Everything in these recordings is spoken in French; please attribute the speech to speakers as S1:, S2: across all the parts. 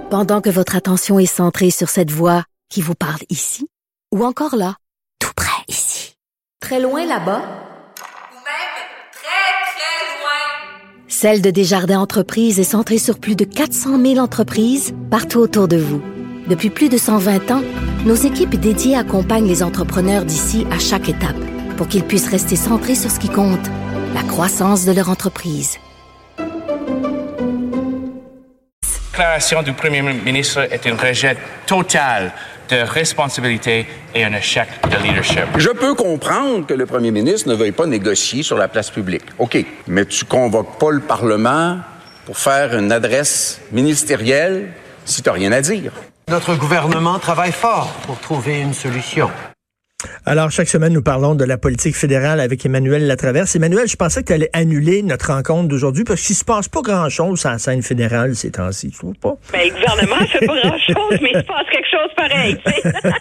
S1: Pendant que votre attention est centrée sur cette voix qui vous parle ici, ou encore là, tout près ici, très loin là-bas,
S2: ou même très, très loin.
S1: Celle de Desjardins Entreprises est centrée sur plus de 400 000 entreprises partout autour de vous. Depuis plus de 120 ans, nos équipes dédiées accompagnent les entrepreneurs d'ici à chaque étape pour qu'ils puissent rester centrés sur ce qui compte, la croissance de leur entreprise.
S3: La déclaration du Premier ministre est un rejet total de responsabilité et un échec de leadership.
S4: Je peux comprendre que le Premier ministre ne veuille pas négocier sur la place publique. OK, mais tu convoques pas le Parlement pour faire une adresse ministérielle si tu n'as rien à dire.
S5: Notre gouvernement travaille fort pour trouver une solution.
S6: Alors, chaque semaine, nous parlons de la politique fédérale avec Emmanuel Latraverse. Emmanuel, je pensais que tu allais annuler notre rencontre d'aujourd'hui parce qu'il se passe pas grand-chose sur la scène fédérale ces temps-ci, tu trouves pas?
S7: Ben, le gouvernement ne fait pas grand-chose, mais il se passe quelque chose pareil, tu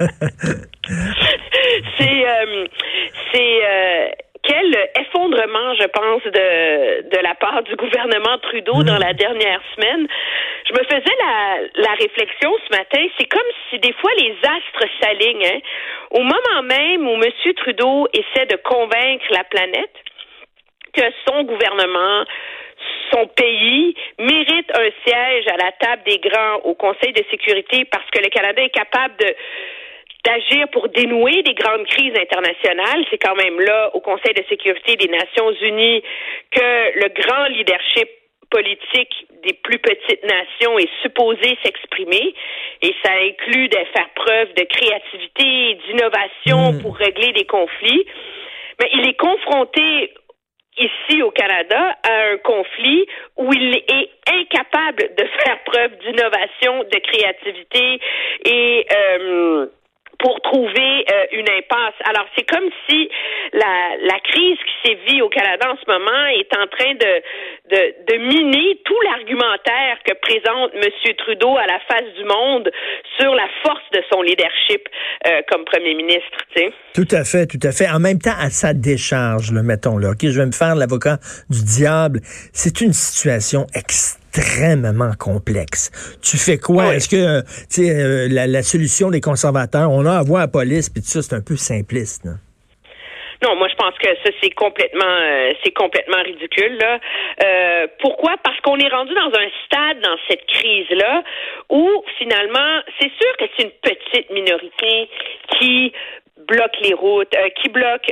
S7: sais. Quel effondrement, je pense, de la part du gouvernement Trudeau dans la dernière semaine. Je me faisais la réflexion ce matin, c'est comme si des fois les astres s'alignent. Hein? Au moment même où M. Trudeau essaie de convaincre la planète que son gouvernement, son pays mérite un siège à la table des grands au Conseil de sécurité parce que le Canada est capable d'agir pour dénouer des grandes crises internationales. C'est quand même là, au Conseil de sécurité des Nations unies, que le grand leadership politique des plus petites nations est supposé s'exprimer, et ça inclut de faire preuve de créativité et d'innovation pour régler des conflits. Mais il est confronté ici au Canada à un conflit où il est incapable de faire preuve d'innovation, de créativité et pour trouver une impasse. Alors, c'est comme si la crise qui sévit au Canada en ce moment est en train de miner tout l'argumentaire que présente M. Trudeau à la face du monde sur la force de son leadership comme premier ministre, tu sais.
S6: Tout à fait, tout à fait. En même temps, à sa décharge, mettons là. OK, je vais me faire l'avocat du diable. C'est une situation extrêmement complexe. Tu fais quoi? Oui. Est-ce que la solution des conservateurs, on a à voir la police, puis tout ça, c'est un peu simpliste, là?
S7: Non, moi je pense que ça c'est complètement ridicule là. Pourquoi? Parce qu'on est rendu dans un stade dans cette crise-là où finalement, c'est sûr que c'est une petite minorité qui bloque les routes, qui bloque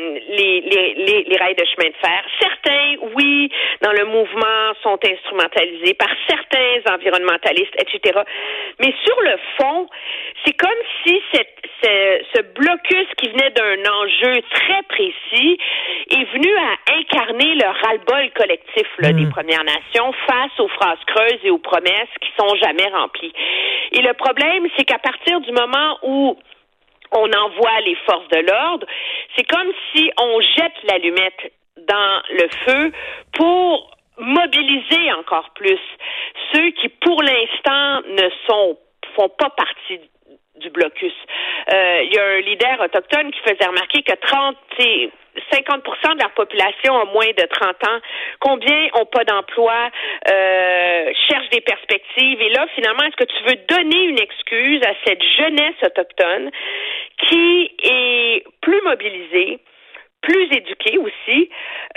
S7: les rails de chemin de fer. Certains, oui, dans le mouvement, sont instrumentalisés par certains environnementalistes, etc. Mais sur le fond, c'est comme si ce blocus qui venait d'un enjeu très précis est venu à incarner le ras-le-bol collectif là, des Premières Nations face aux phrases creuses et aux promesses qui sont jamais remplies. Et le problème, c'est qu'à partir du moment où on envoie les forces de l'ordre, c'est comme si on jette l'allumette dans le feu pour mobiliser encore plus ceux qui, pour l'instant, font pas partie du blocus. Il y a un leader autochtone qui faisait remarquer que 50% de la population a moins de 30 ans. Combien ont pas d'emploi, cherchent des perspectives. Et là, finalement, est-ce que tu veux donner une excuse à cette jeunesse autochtone qui est plus mobilisée, plus éduquée aussi,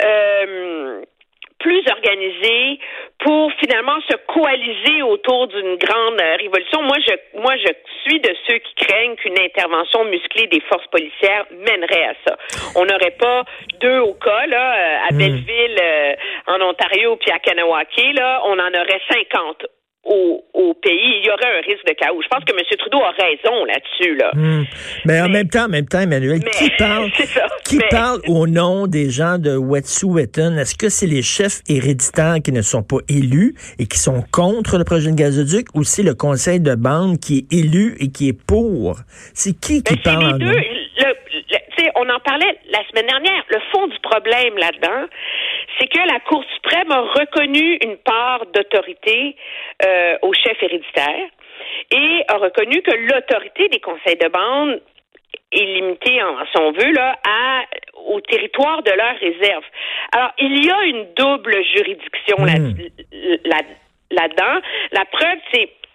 S7: plus organisée pour finalement se coaliser autour d'une grande révolution. Moi, je suis de ceux qui craignent qu'une intervention musclée des forces policières mènerait à ça. On n'aurait pas 2 au cas, là, à Belleville, en Ontario, puis à Kanawake, là, on en aurait 50 au pays. Il y aurait un risque de chaos. Je pense que M. Trudeau a raison là-dessus, là.
S6: Mais en même temps, Emmanuel, qui parle au nom des gens de Wet'suwet'en? Est-ce que c'est les chefs héréditaires qui ne sont pas élus et qui sont contre le projet de gazoduc, ou c'est le conseil de bande qui est élu et qui est pour? C'est qui parle en nom?
S7: On en parlait la semaine dernière. Le fond du problème là-dedans, c'est que la Cour suprême a reconnu une part d'autorité aux chefs héréditaires et a reconnu que l'autorité des conseils de bande est limitée, si on veut, là, au territoire de leur réserve. Alors, il y a une double juridiction là-dedans. La preuve, c'est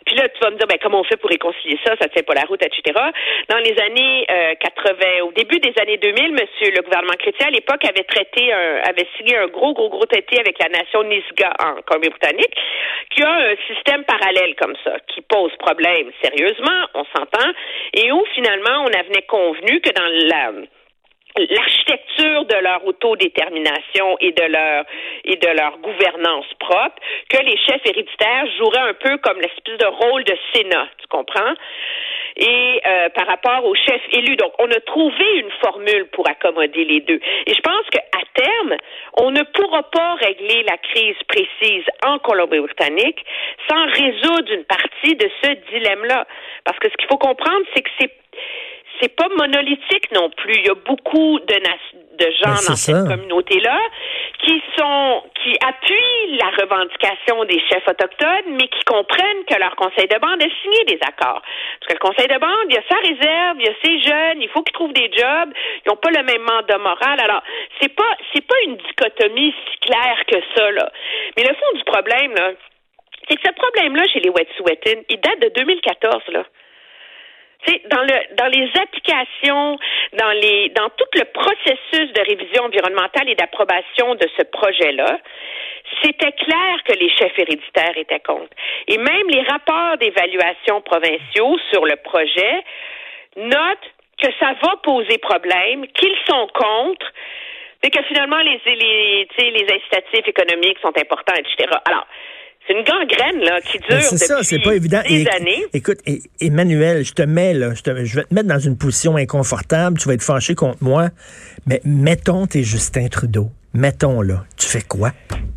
S7: Puis là, tu vas me dire, comment on fait pour réconcilier ça? Ça tient pas la route, etc. Dans les années 80, au début des années 2000, le gouvernement chrétien à l'époque avait signé un gros traité avec la nation Nisga'a en Colombie-Britannique, qui a un système parallèle comme ça, qui pose problème sérieusement, on s'entend, et où finalement on avait convenu que dans l'architecture de leur autodétermination et de leur gouvernance propre, que les chefs héréditaires joueraient un peu comme l'espèce de rôle de Sénat, tu comprends? Et par rapport aux chefs élus. Donc, on a trouvé une formule pour accommoder les deux. Et je pense qu'à terme, on ne pourra pas régler la crise précise en Colombie-Britannique sans résoudre une partie de ce dilemme-là. Parce que ce qu'il faut comprendre, c'est que c'est pas monolithique non plus. Il y a beaucoup de gens dans cette communauté-là qui appuient la revendication des chefs autochtones, mais qui comprennent que leur conseil de bande a signé des accords. Parce que le conseil de bande, il y a sa réserve, il y a ses jeunes, il faut qu'ils trouvent des jobs, ils n'ont pas le même mandat moral. Alors, c'est pas une dichotomie si claire que ça, là. Mais le fond du problème, là, c'est que ce problème-là chez les Wet'suwet'en, il date de 2014, là. Tu sais, dans les applications, dans tout le processus de révision environnementale et d'approbation de ce projet-là, c'était clair que les chefs héréditaires étaient contre. Et même les rapports d'évaluation provinciaux sur le projet notent que ça va poser problème, qu'ils sont contre, mais que finalement les incitatifs économiques sont importants, etc. Alors, c'est une gangrène là qui dure
S6: c'est pas évident.
S7: Des années.
S6: Écoute, Emmanuel, je vais te mettre dans une position inconfortable, tu vas être fâché contre moi, mais mettons t'es Justin Trudeau. Mettons là, tu fais quoi?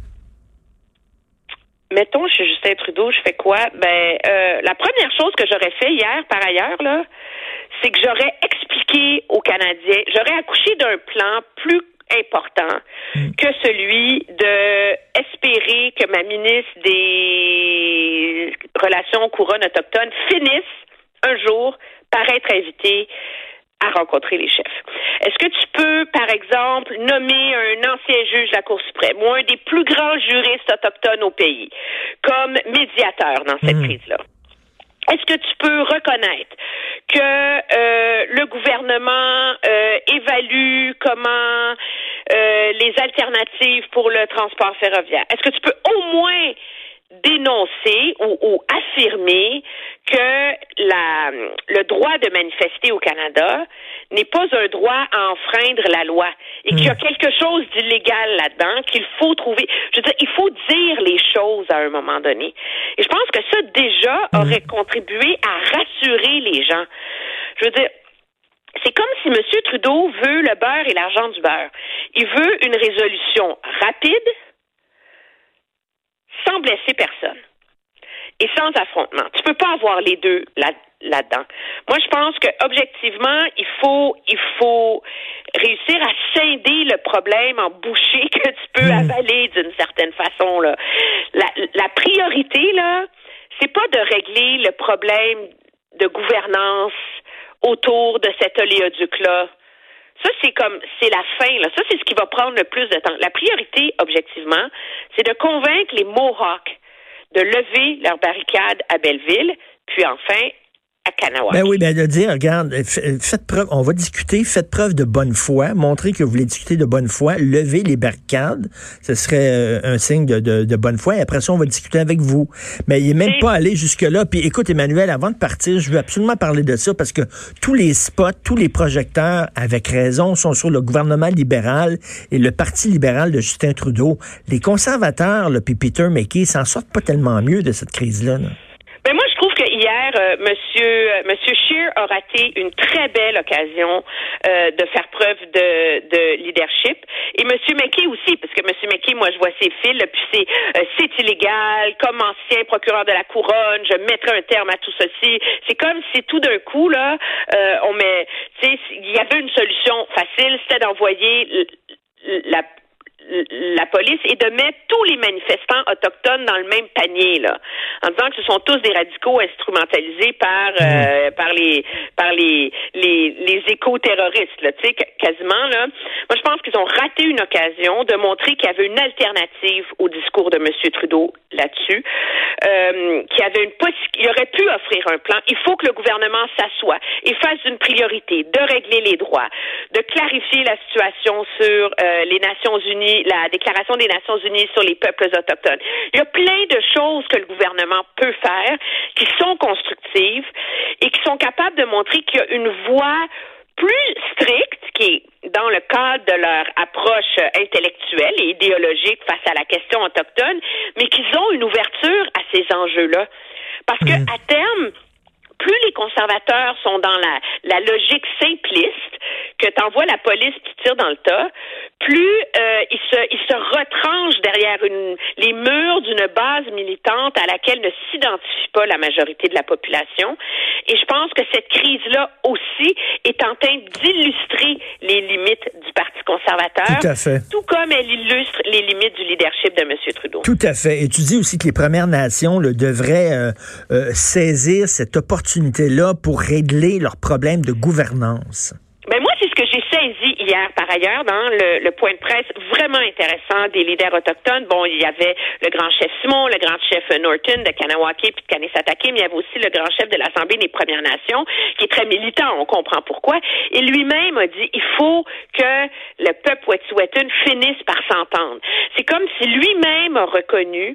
S7: Mettons, je suis Justin Trudeau, je fais quoi? La première chose que j'aurais fait hier, par ailleurs, là, c'est que j'aurais expliqué aux Canadiens, j'aurais accouché d'un plan plus important que celui de espérer que ma ministre des Relations couronnes autochtones finisse un jour par être invitée à rencontrer les chefs. Est-ce que tu peux, par exemple, nommer un ancien juge de la Cour suprême ou un des plus grands juristes autochtones au pays comme médiateur dans cette crise-là? Est-ce que tu peux reconnaître que le gouvernement évalue comment les alternatives pour le transport ferroviaire? Est-ce que tu peux au moins dénoncer ou affirmer que le droit de manifester au Canada n'est pas un droit à enfreindre la loi et qu'il y a quelque chose d'illégal là-dedans, qu'il faut trouver. Je veux dire, il faut dire les choses à un moment donné. Et je pense que ça, déjà, aurait contribué à rassurer les gens. Je veux dire, c'est comme si M. Trudeau veut le beurre et l'argent du beurre. Il veut une résolution rapide, sans blesser personne et sans affrontement. Tu peux pas avoir les deux là-dedans. Moi, je pense que objectivement, il faut réussir à scinder le problème en bouchées que tu peux avaler d'une certaine façon là. La priorité là, c'est pas de régler le problème de gouvernance autour de cet oléoduc-là. Ça, c'est la fin, là. Ça, c'est ce qui va prendre le plus de temps. La priorité, objectivement, c'est de convaincre les Mohawks de lever leurs barricades à Belleville, puis enfin à Kanawha.
S6: De dire, regarde, faites preuve, on va discuter, faites preuve de bonne foi, montrez que vous voulez discuter de bonne foi, levez les barricades, ce serait un signe de bonne foi, et après ça, on va discuter avec vous. Mais il n'est même pas allé jusque-là. Puis écoute, Emmanuel, avant de partir, je veux absolument parler de ça, parce que tous les spots, tous les projecteurs, avec raison, sont sur le gouvernement libéral et le Parti libéral de Justin Trudeau. Les conservateurs, puis Peter MacKay, s'en sortent pas tellement mieux de cette crise-là, là.
S7: Ben moi, je trouve que hier, Monsieur Scheer a raté une très belle occasion de faire preuve de leadership. Et Monsieur MacKay aussi, parce que Monsieur MacKay, moi, je vois ses fils, puis c'est illégal. Comme ancien procureur de la Couronne, je mettrai un terme à tout ceci. C'est comme si tout d'un coup, là, il y avait une solution facile, c'était d'envoyer la police et de mettre tous les manifestants autochtones dans le même panier, là, en disant que ce sont tous des radicaux instrumentalisés par les éco-terroristes, là, tu sais, quasiment, là. Moi, je pense qu'ils ont raté une occasion de montrer qu'il y avait une alternative au discours de M. Trudeau là-dessus, qu'il aurait pu offrir un plan. Il faut que le gouvernement s'assoie et fasse une priorité de régler les droits, de clarifier la situation sur les Nations Unies, la Déclaration des Nations Unies sur les peuples autochtones. Il y a plein de choses que le gouvernement peut faire qui sont constructives et qui sont capables de montrer qu'il y a une voie plus stricte qui est dans le cadre de leur approche intellectuelle et idéologique face à la question autochtone, mais qu'ils ont une ouverture à ces enjeux-là. Parce que à terme, plus les conservateurs sont dans la logique simpliste, que t'envoies la police qui tire dans le tas, plus ils se retranchent derrière les murs d'une base militante à laquelle ne s'identifie pas la majorité de la population. Et je pense que cette crise-là aussi est en train d'illustrer les limites du Parti conservateur.
S6: Tout à fait.
S7: Tout comme elle illustre les limites du leadership de M. Trudeau.
S6: Tout à fait. Et tu dis aussi que les Premières Nations devraient saisir cette opportunité-là pour régler leurs problèmes de gouvernance.
S7: Ben moi, c'est ce que j'ai saisi hier, par ailleurs, dans le point de presse vraiment intéressant des leaders autochtones. Bon, il y avait le grand chef Simon, le grand chef Norton de Kanawake puis de Kanesatake, mais il y avait aussi le grand chef de l'Assemblée des Premières Nations, qui est très militant, on comprend pourquoi. Et lui-même a dit, il faut que le peuple Wet'suwet'en finisse par s'entendre. C'est comme si lui-même a reconnu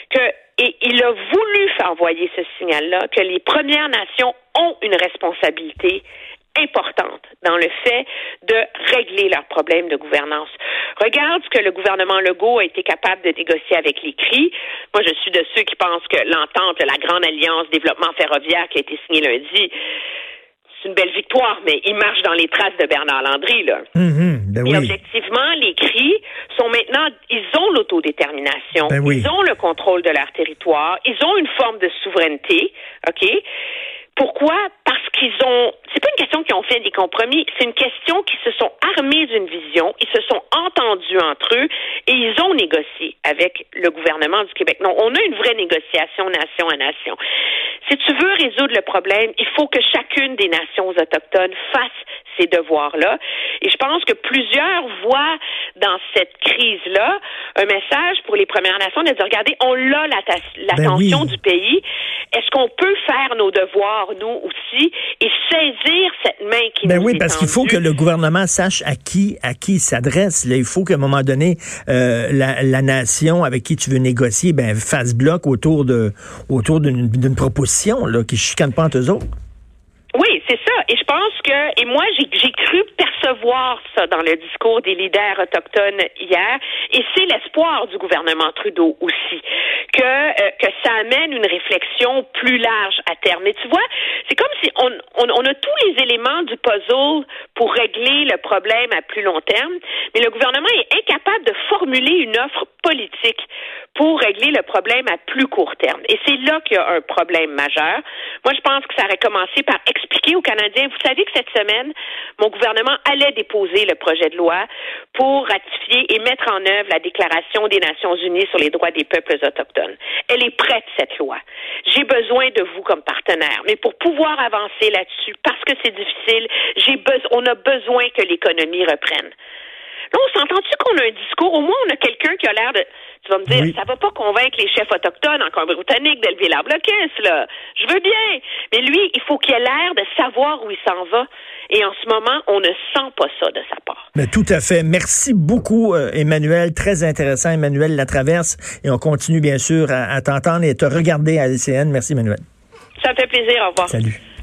S7: et il a voulu faire envoyer ce signal-là, que les Premières Nations ont une responsabilité importante dans le fait de régler leurs problèmes de gouvernance. Regarde ce que le gouvernement Legault a été capable de négocier avec les CRI. Moi, je suis de ceux qui pensent que l'entente, la Grande Alliance Développement Ferroviaire qui a été signée lundi, c'est une belle victoire, mais il marche dans les traces de Bernard Landry, là.
S6: Ben oui.
S7: Et objectivement, les CRI sont maintenant, ils ont l'autodétermination, ils ont le contrôle de leur territoire, ils ont une forme de souveraineté, OK? Pourquoi? Parce c'est pas une question qu'ils ont fait des compromis, c'est une question qu'ils se sont armés d'une vision, ils se sont entendus entre eux et ils ont négocié avec le gouvernement du Québec. Non, on a une vraie négociation nation à nation. Si tu veux résoudre le problème, il faut que chacune des nations autochtones fasse ces devoirs-là. Et je pense que plusieurs voient dans cette crise-là un message pour les Premières Nations de dire, regardez, on a l'attention du pays. Est-ce qu'on peut faire nos devoirs, nous aussi, et saisir cette main qui nous est tendue?
S6: Parce qu'il faut que le gouvernement sache à qui il s'adresse. Là, il faut qu'à un moment donné, la nation avec qui tu veux négocier fasse bloc autour d'une proposition là, qui ne chicane pas entre eux autres.
S7: Oui, c'est ça. Et je pense et moi, j'ai cru percevoir ça dans le discours des leaders autochtones hier. Et c'est l'espoir du gouvernement Trudeau aussi. Que ça amène une réflexion plus large à terme. Mais tu vois, c'est comme si on a tous les éléments du puzzle pour régler le problème à plus long terme. Mais le gouvernement est incapable de formuler une offre politique pour régler le problème à plus court terme. Et c'est là qu'il y a un problème majeur. Moi, je pense que ça aurait commencé par expliquer aux Canadiens, vous savez que cette semaine, mon gouvernement allait déposer le projet de loi pour ratifier et mettre en œuvre la Déclaration des Nations Unies sur les droits des peuples autochtones. Elle est prête, cette loi. J'ai besoin de vous comme partenaire. Mais pour pouvoir avancer là-dessus, parce que c'est difficile, on a besoin que l'économie reprenne. Là, on s'entend-tu qu'on a un discours? Au moins, on a quelqu'un qui a l'air de... Tu vas me dire, ça va pas convaincre les chefs autochtones, encore britanniques, d'élever l'arbre là. Je veux bien. Mais lui, il faut qu'il ait l'air de savoir où il s'en va. Et en ce moment, on ne sent pas ça de sa part.
S6: Mais tout à fait. Merci beaucoup, Emmanuel. Très intéressant, Emmanuel Latraverse. Et on continue, bien sûr, à t'entendre et à te regarder à LCN. Merci, Emmanuel.
S7: Ça me fait plaisir. Au revoir.
S6: Salut.